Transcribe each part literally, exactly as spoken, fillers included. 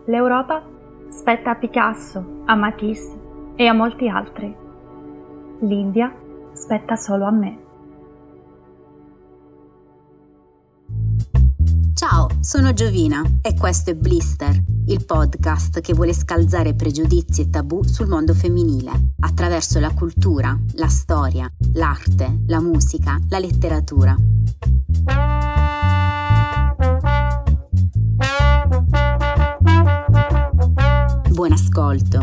L'Europa spetta a Picasso, a Matisse e a molti altri. L'India spetta solo a me. Ciao, sono Giovina e questo è Blister, il podcast che vuole scalzare pregiudizi e tabù sul mondo femminile, attraverso la cultura, la storia, l'arte, la musica, la letteratura. Buon ascolto.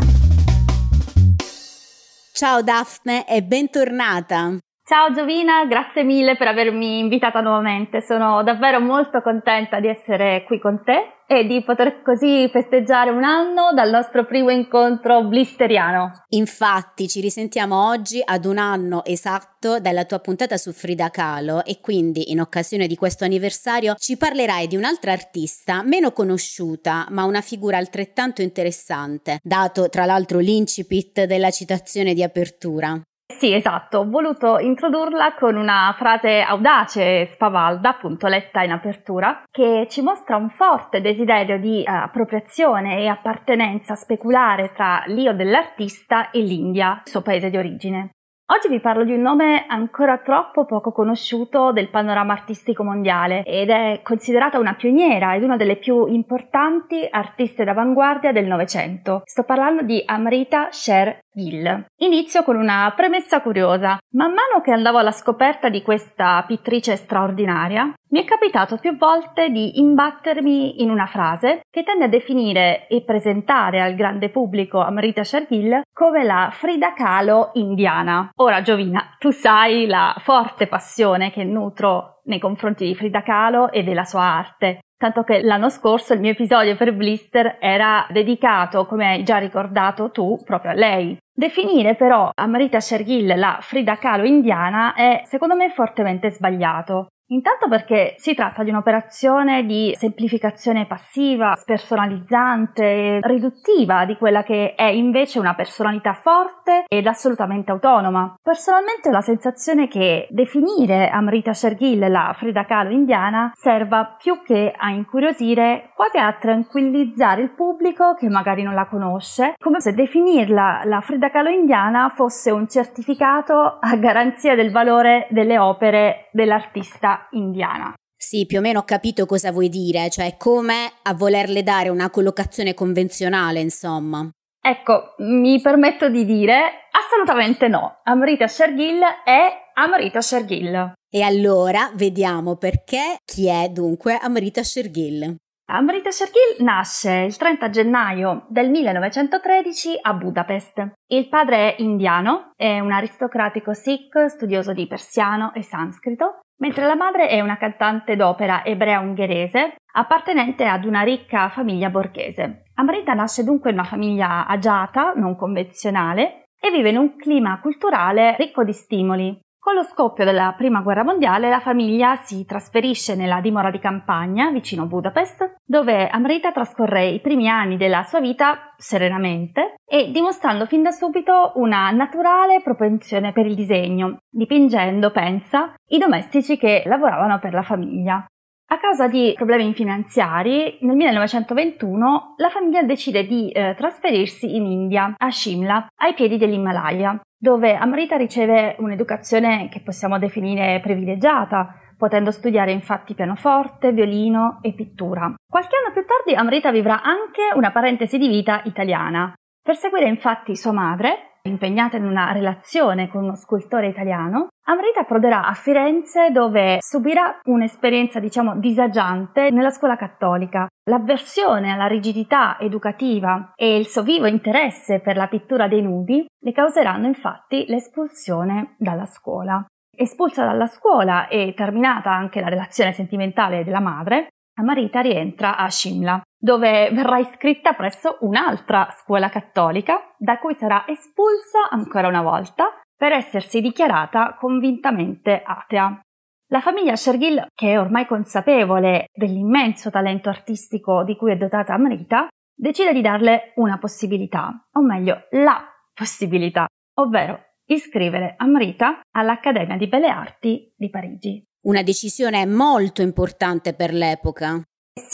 Ciao Daphne e bentornata! Ciao Giovina, grazie mille per avermi invitata nuovamente, sono davvero molto contenta di essere qui con te e di poter così festeggiare un anno dal nostro primo incontro blisteriano. Infatti ci risentiamo oggi ad un anno esatto dalla tua puntata su Frida Kahlo e quindi in occasione di questo anniversario ci parlerai di un'altra artista meno conosciuta ma una figura altrettanto interessante, dato tra l'altro l'incipit della citazione di apertura. Sì, esatto, ho voluto introdurla con una frase audace e spavalda, appunto letta in apertura, che ci mostra un forte desiderio di uh, appropriazione e appartenenza speculare tra l'io dell'artista e l'India, il suo paese di origine. Oggi vi parlo di un nome ancora troppo poco conosciuto del panorama artistico mondiale ed è considerata una pioniera ed una delle più importanti artiste d'avanguardia del Novecento. Sto parlando di Amrita Sher Gill. Inizio con una premessa curiosa. Man mano che andavo alla scoperta di questa pittrice straordinaria, mi è capitato più volte di imbattermi in una frase che tende a definire e presentare al grande pubblico Amrita Sher Gill come la Frida Kahlo indiana. Ora Giovina, tu sai la forte passione che nutro nei confronti di Frida Kahlo e della sua arte. Tanto che l'anno scorso il mio episodio per Blister era dedicato, come hai già ricordato tu, proprio a lei. Definire però Amrita Sher Gill la Frida Kahlo indiana è secondo me fortemente sbagliato. Intanto perché si tratta di un'operazione di semplificazione passiva, spersonalizzante, riduttiva di quella che è invece una personalità forte ed assolutamente autonoma. Personalmente ho la sensazione che definire Amrita Sher Gill la Frida Kahlo indiana serva più che a incuriosire, quasi a tranquillizzare il pubblico che magari non la conosce, come se definirla la Frida Kahlo indiana fosse un certificato a garanzia del valore delle opere dell'artista indiana. Sì, più o meno ho capito cosa vuoi dire, cioè come a volerle dare una collocazione convenzionale, insomma. Ecco, mi permetto di dire assolutamente no. Amrita Sher Gill è Amrita Sher Gill. E allora vediamo perché chi è dunque Amrita Sher Gill. Amrita Sher Gill nasce il trenta gennaio del millenovecentotredici a Budapest. Il padre è indiano, è un aristocratico sikh studioso di persiano e sanscrito, mentre la madre è una cantante d'opera ebrea ungherese appartenente ad una ricca famiglia borghese. Amrita nasce dunque in una famiglia agiata, non convenzionale, e vive in un clima culturale ricco di stimoli. Con lo scoppio della Prima Guerra Mondiale la famiglia si trasferisce nella dimora di campagna vicino Budapest, dove Amrita trascorre i primi anni della sua vita serenamente e dimostrando fin da subito una naturale propensione per il disegno, dipingendo, pensa, i domestici che lavoravano per la famiglia. A causa di problemi finanziari, nel millenovecentoventuno la famiglia decide di eh, trasferirsi in India, a Shimla, ai piedi dell'Himalaya, dove Amrita riceve un'educazione che possiamo definire privilegiata, potendo studiare infatti pianoforte, violino e pittura. Qualche anno più tardi Amrita vivrà anche una parentesi di vita italiana. Per seguire infatti sua madre, impegnata in una relazione con uno scultore italiano, Amrita approderà a Firenze dove subirà un'esperienza diciamo disagiante nella scuola cattolica. L'avversione alla rigidità educativa e il suo vivo interesse per la pittura dei nudi le causeranno infatti l'espulsione dalla scuola. Espulsa dalla scuola e terminata anche la relazione sentimentale della madre, Amrita rientra a Shimla, dove verrà iscritta presso un'altra scuola cattolica, da cui sarà espulsa ancora una volta per essersi dichiarata convintamente atea. La famiglia Sher Gill, che è ormai consapevole dell'immenso talento artistico di cui è dotata Amrita, decide di darle una possibilità, o meglio la possibilità, ovvero iscrivere Amrita all'Accademia di Belle Arti di Parigi. Una decisione molto importante per l'epoca. Sì,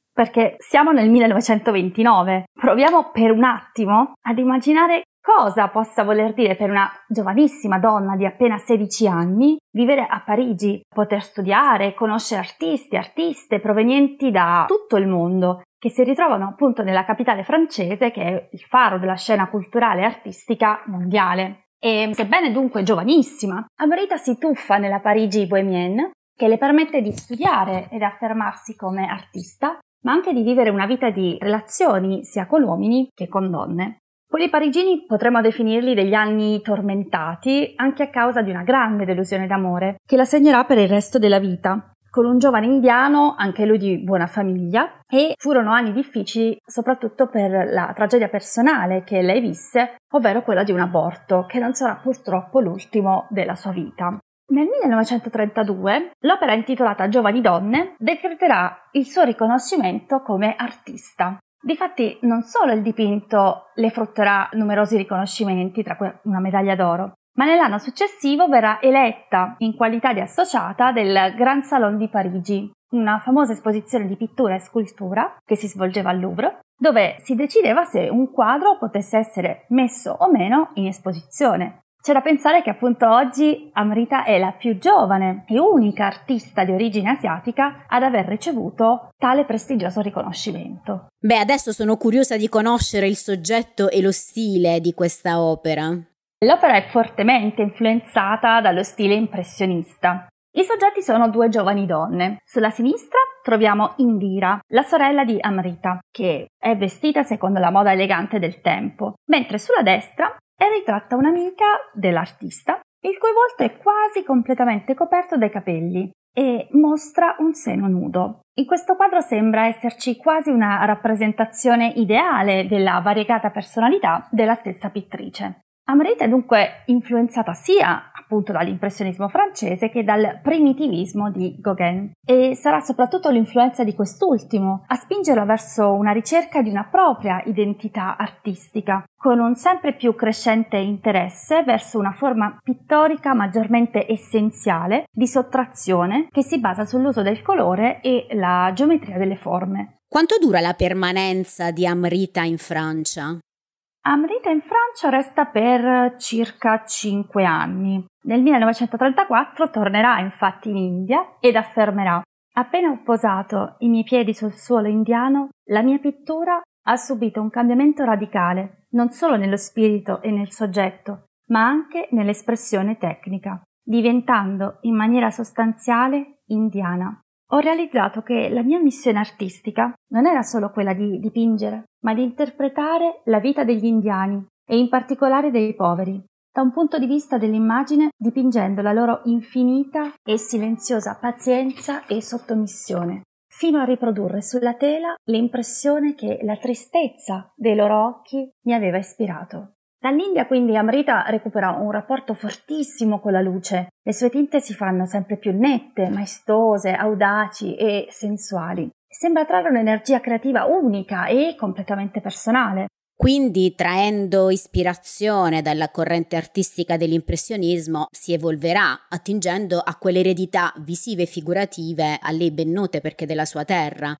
perché siamo nel millenovecentoventinove. Proviamo per un attimo ad immaginare cosa possa voler dire per una giovanissima donna di appena sedici anni vivere a Parigi, poter studiare, conoscere artisti, artiste provenienti da tutto il mondo, che si ritrovano appunto nella capitale francese, che è il faro della scena culturale e artistica mondiale. E sebbene dunque giovanissima, Amrita si tuffa nella Parigi bohemienne, che le permette di studiare ed affermarsi come artista, ma anche di vivere una vita di relazioni sia con uomini che con donne. Quelli parigini potremmo definirli degli anni tormentati anche a causa di una grande delusione d'amore che la segnerà per il resto della vita, con un giovane indiano, anche lui di buona famiglia, e furono anni difficili soprattutto per la tragedia personale che lei visse, ovvero quella di un aborto, che non sarà purtroppo l'ultimo della sua vita. Nel millenovecentotrentadue l'opera intitolata Giovani donne decreterà il suo riconoscimento come artista. Difatti non solo il dipinto le frutterà numerosi riconoscimenti, tra cui una medaglia d'oro, ma nell'anno successivo verrà eletta in qualità di associata del Grand Salon di Parigi, una famosa esposizione di pittura e scultura che si svolgeva al Louvre, dove si decideva se un quadro potesse essere messo o meno in esposizione. C'è da pensare che appunto oggi Amrita è la più giovane e unica artista di origine asiatica ad aver ricevuto tale prestigioso riconoscimento. Beh, adesso sono curiosa di conoscere il soggetto e lo stile di questa opera. L'opera è fortemente influenzata dallo stile impressionista. I soggetti sono due giovani donne. Sulla sinistra troviamo Indira, la sorella di Amrita, che è vestita secondo la moda elegante del tempo, mentre sulla destra è ritratta un'amica dell'artista, il cui volto è quasi completamente coperto dai capelli e mostra un seno nudo. In questo quadro sembra esserci quasi una rappresentazione ideale della variegata personalità della stessa pittrice. Amrita è dunque influenzata sia appunto dall'impressionismo francese che dal primitivismo di Gauguin, e sarà soprattutto l'influenza di quest'ultimo a spingerla verso una ricerca di una propria identità artistica, con un sempre più crescente interesse verso una forma pittorica maggiormente essenziale di sottrazione che si basa sull'uso del colore e la geometria delle forme. Quanto dura la permanenza di Amrita in Francia? Amrita in Francia resta per circa cinque anni. Nel millenovecentotrentaquattro tornerà infatti in India ed affermerà: appena ho posato i miei piedi sul suolo indiano, la mia pittura ha subito un cambiamento radicale, non solo nello spirito e nel soggetto, ma anche nell'espressione tecnica, diventando in maniera sostanziale indiana. Ho realizzato che la mia missione artistica non era solo quella di dipingere, ma di interpretare la vita degli indiani e in particolare dei poveri, da un punto di vista dell'immagine, dipingendo la loro infinita e silenziosa pazienza e sottomissione, fino a riprodurre sulla tela l'impressione che la tristezza dei loro occhi mi aveva ispirato. Dall'India quindi Amrita recupera un rapporto fortissimo con la luce. Le sue tinte si fanno sempre più nette, maestose, audaci e sensuali. Sembra trarre un'energia creativa unica e completamente personale. Quindi, traendo ispirazione dalla corrente artistica dell'impressionismo, si evolverà, attingendo a quelle eredità visive e figurative a lei ben note perché della sua terra.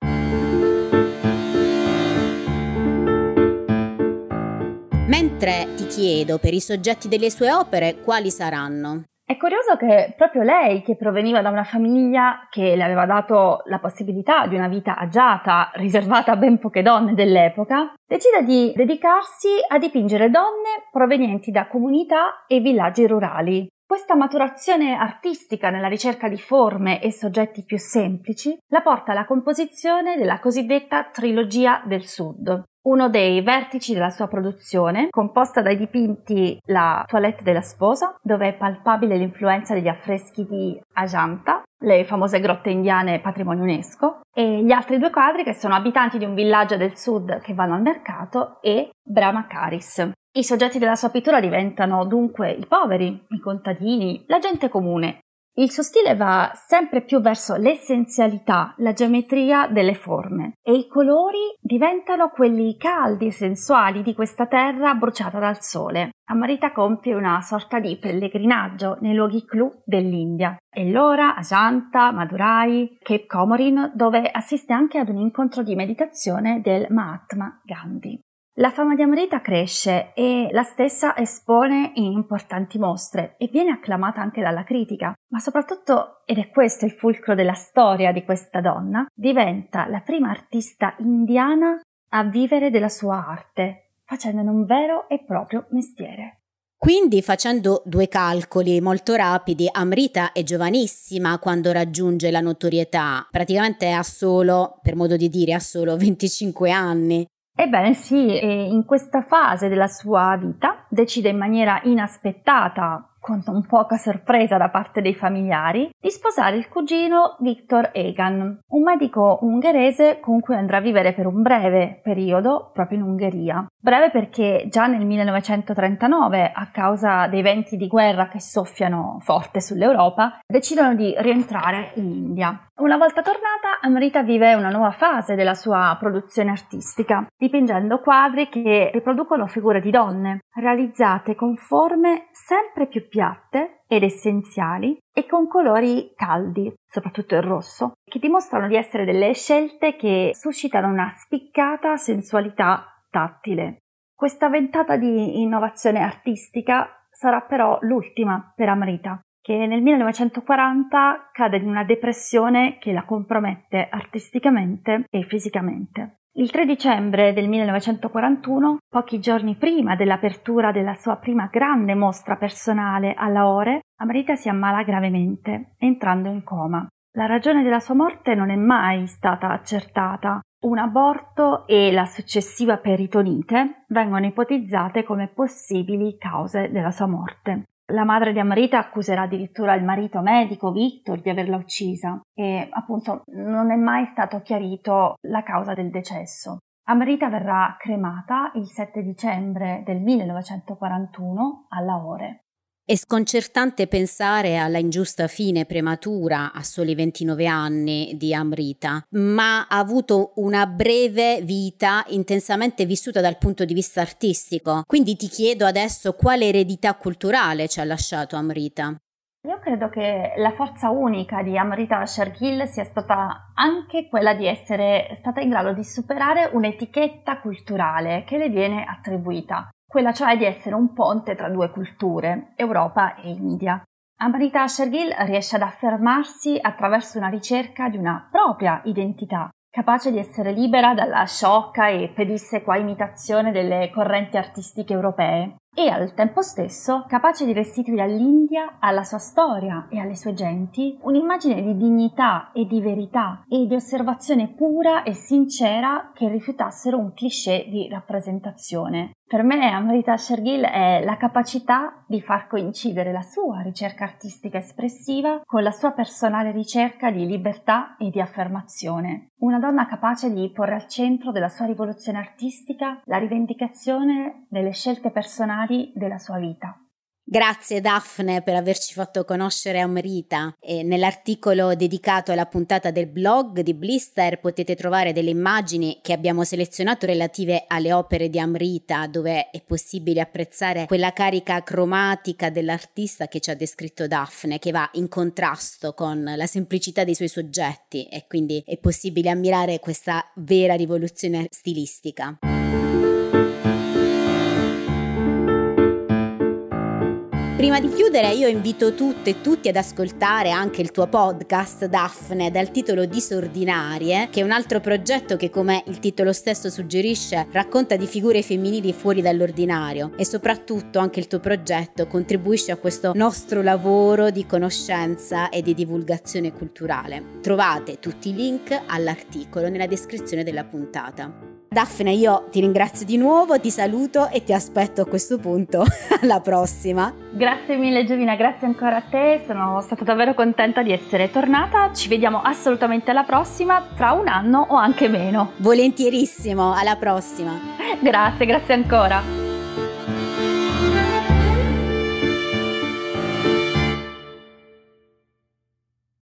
Mentre ti chiedo, per i soggetti delle sue opere, quali saranno? È curioso che proprio lei, che proveniva da una famiglia che le aveva dato la possibilità di una vita agiata, riservata a ben poche donne dell'epoca, decida di dedicarsi a dipingere donne provenienti da comunità e villaggi rurali. Questa maturazione artistica nella ricerca di forme e soggetti più semplici la porta alla composizione della cosiddetta Trilogia del Sud, uno dei vertici della sua produzione, composta dai dipinti La toilette della sposa, dove è palpabile l'influenza degli affreschi di Ajanta, le famose grotte indiane patrimonio UNESCO, e gli altri due quadri che sono Abitanti di un villaggio del sud che vanno al mercato e Brahmacaris. I soggetti della sua pittura diventano dunque i poveri, i contadini, la gente comune. Il suo stile va sempre più verso l'essenzialità, la geometria delle forme, e i colori diventano quelli caldi e sensuali di questa terra bruciata dal sole. Amrita compie una sorta di pellegrinaggio nei luoghi clou dell'India, Ellora, Ajanta, Madurai, Cape Comorin, dove assiste anche ad un incontro di meditazione del Mahatma Gandhi. La fama di Amrita cresce e la stessa espone in importanti mostre e viene acclamata anche dalla critica, ma soprattutto, ed è questo il fulcro della storia di questa donna, diventa la prima artista indiana a vivere della sua arte, facendone un vero e proprio mestiere. Quindi, facendo due calcoli molto rapidi, Amrita è giovanissima quando raggiunge la notorietà, praticamente ha solo, per modo di dire, ha solo venticinque anni. Ebbene sì, e in questa fase della sua vita decide in maniera inaspettata, con non poca sorpresa da parte dei familiari, di sposare il cugino Victor Egan, un medico ungherese con cui andrà a vivere per un breve periodo proprio in Ungheria. Breve perché già nel millenovecentotrentanove, a causa dei venti di guerra che soffiano forte sull'Europa, decidono di rientrare in India. Una volta tornata, Amrita vive una nuova fase della sua produzione artistica, dipingendo quadri che riproducono figure di donne, realizzate con forme sempre più piatte ed essenziali e con colori caldi, soprattutto il rosso, che dimostrano di essere delle scelte che suscitano una spiccata sensualità tattile. Questa ventata di innovazione artistica sarà però l'ultima per Amrita, che nel millenovecentoquaranta cade in una depressione che la compromette artisticamente e fisicamente. Il tre dicembre del millenovecentoquarantuno, pochi giorni prima dell'apertura della sua prima grande mostra personale a Lahore, Amrita si ammala gravemente, entrando in coma. La ragione della sua morte non è mai stata accertata. Un aborto e la successiva peritonite vengono ipotizzate come possibili cause della sua morte. La madre di Amrita accuserà addirittura il marito medico Victor di averla uccisa e appunto non è mai stato chiarito la causa del decesso. Amrita verrà cremata il sette dicembre del millenovecentoquarantuno a Lahore. È sconcertante pensare alla ingiusta fine prematura a soli ventinove anni di Amrita, ma ha avuto una breve vita intensamente vissuta dal punto di vista artistico. Quindi ti chiedo adesso quale eredità culturale ci ha lasciato Amrita. Io credo che la forza unica di Amrita Shergill sia stata anche quella di essere stata in grado di superare un'etichetta culturale che le viene attribuita. Quella cioè di essere un ponte tra due culture, Europa e India. Amrita Shergill riesce ad affermarsi attraverso una ricerca di una propria identità, capace di essere libera dalla sciocca e pedissequa imitazione delle correnti artistiche europee e al tempo stesso capace di restituire all'India, alla sua storia e alle sue genti un'immagine di dignità e di verità e di osservazione pura e sincera che rifiutassero un cliché di rappresentazione. Per me Amrita Shergill è la capacità di far coincidere la sua ricerca artistica espressiva con la sua personale ricerca di libertà e di affermazione. Una donna capace di porre al centro della sua rivoluzione artistica la rivendicazione delle scelte personali della sua vita. Grazie Daphne per averci fatto conoscere Amrita e nell'articolo dedicato alla puntata del blog di Blister potete trovare delle immagini che abbiamo selezionato relative alle opere di Amrita, dove è possibile apprezzare quella carica cromatica dell'artista che ci ha descritto Daphne, che va in contrasto con la semplicità dei suoi soggetti e quindi è possibile ammirare questa vera rivoluzione stilistica. Prima di chiudere io invito tutte e tutti ad ascoltare anche il tuo podcast Daphne dal titolo Disordinarie, che è un altro progetto che, come il titolo stesso suggerisce, racconta di figure femminili fuori dall'ordinario e soprattutto anche il tuo progetto contribuisce a questo nostro lavoro di conoscenza e di divulgazione culturale. Trovate tutti i link all'articolo nella descrizione della puntata. Daphne, io ti ringrazio di nuovo, ti saluto e ti aspetto a questo punto alla prossima. Grazie mille Giovina, grazie ancora a te, sono stata davvero contenta di essere tornata, ci vediamo assolutamente alla prossima, tra un anno o anche meno. Volentierissimo, alla prossima. Grazie, grazie ancora.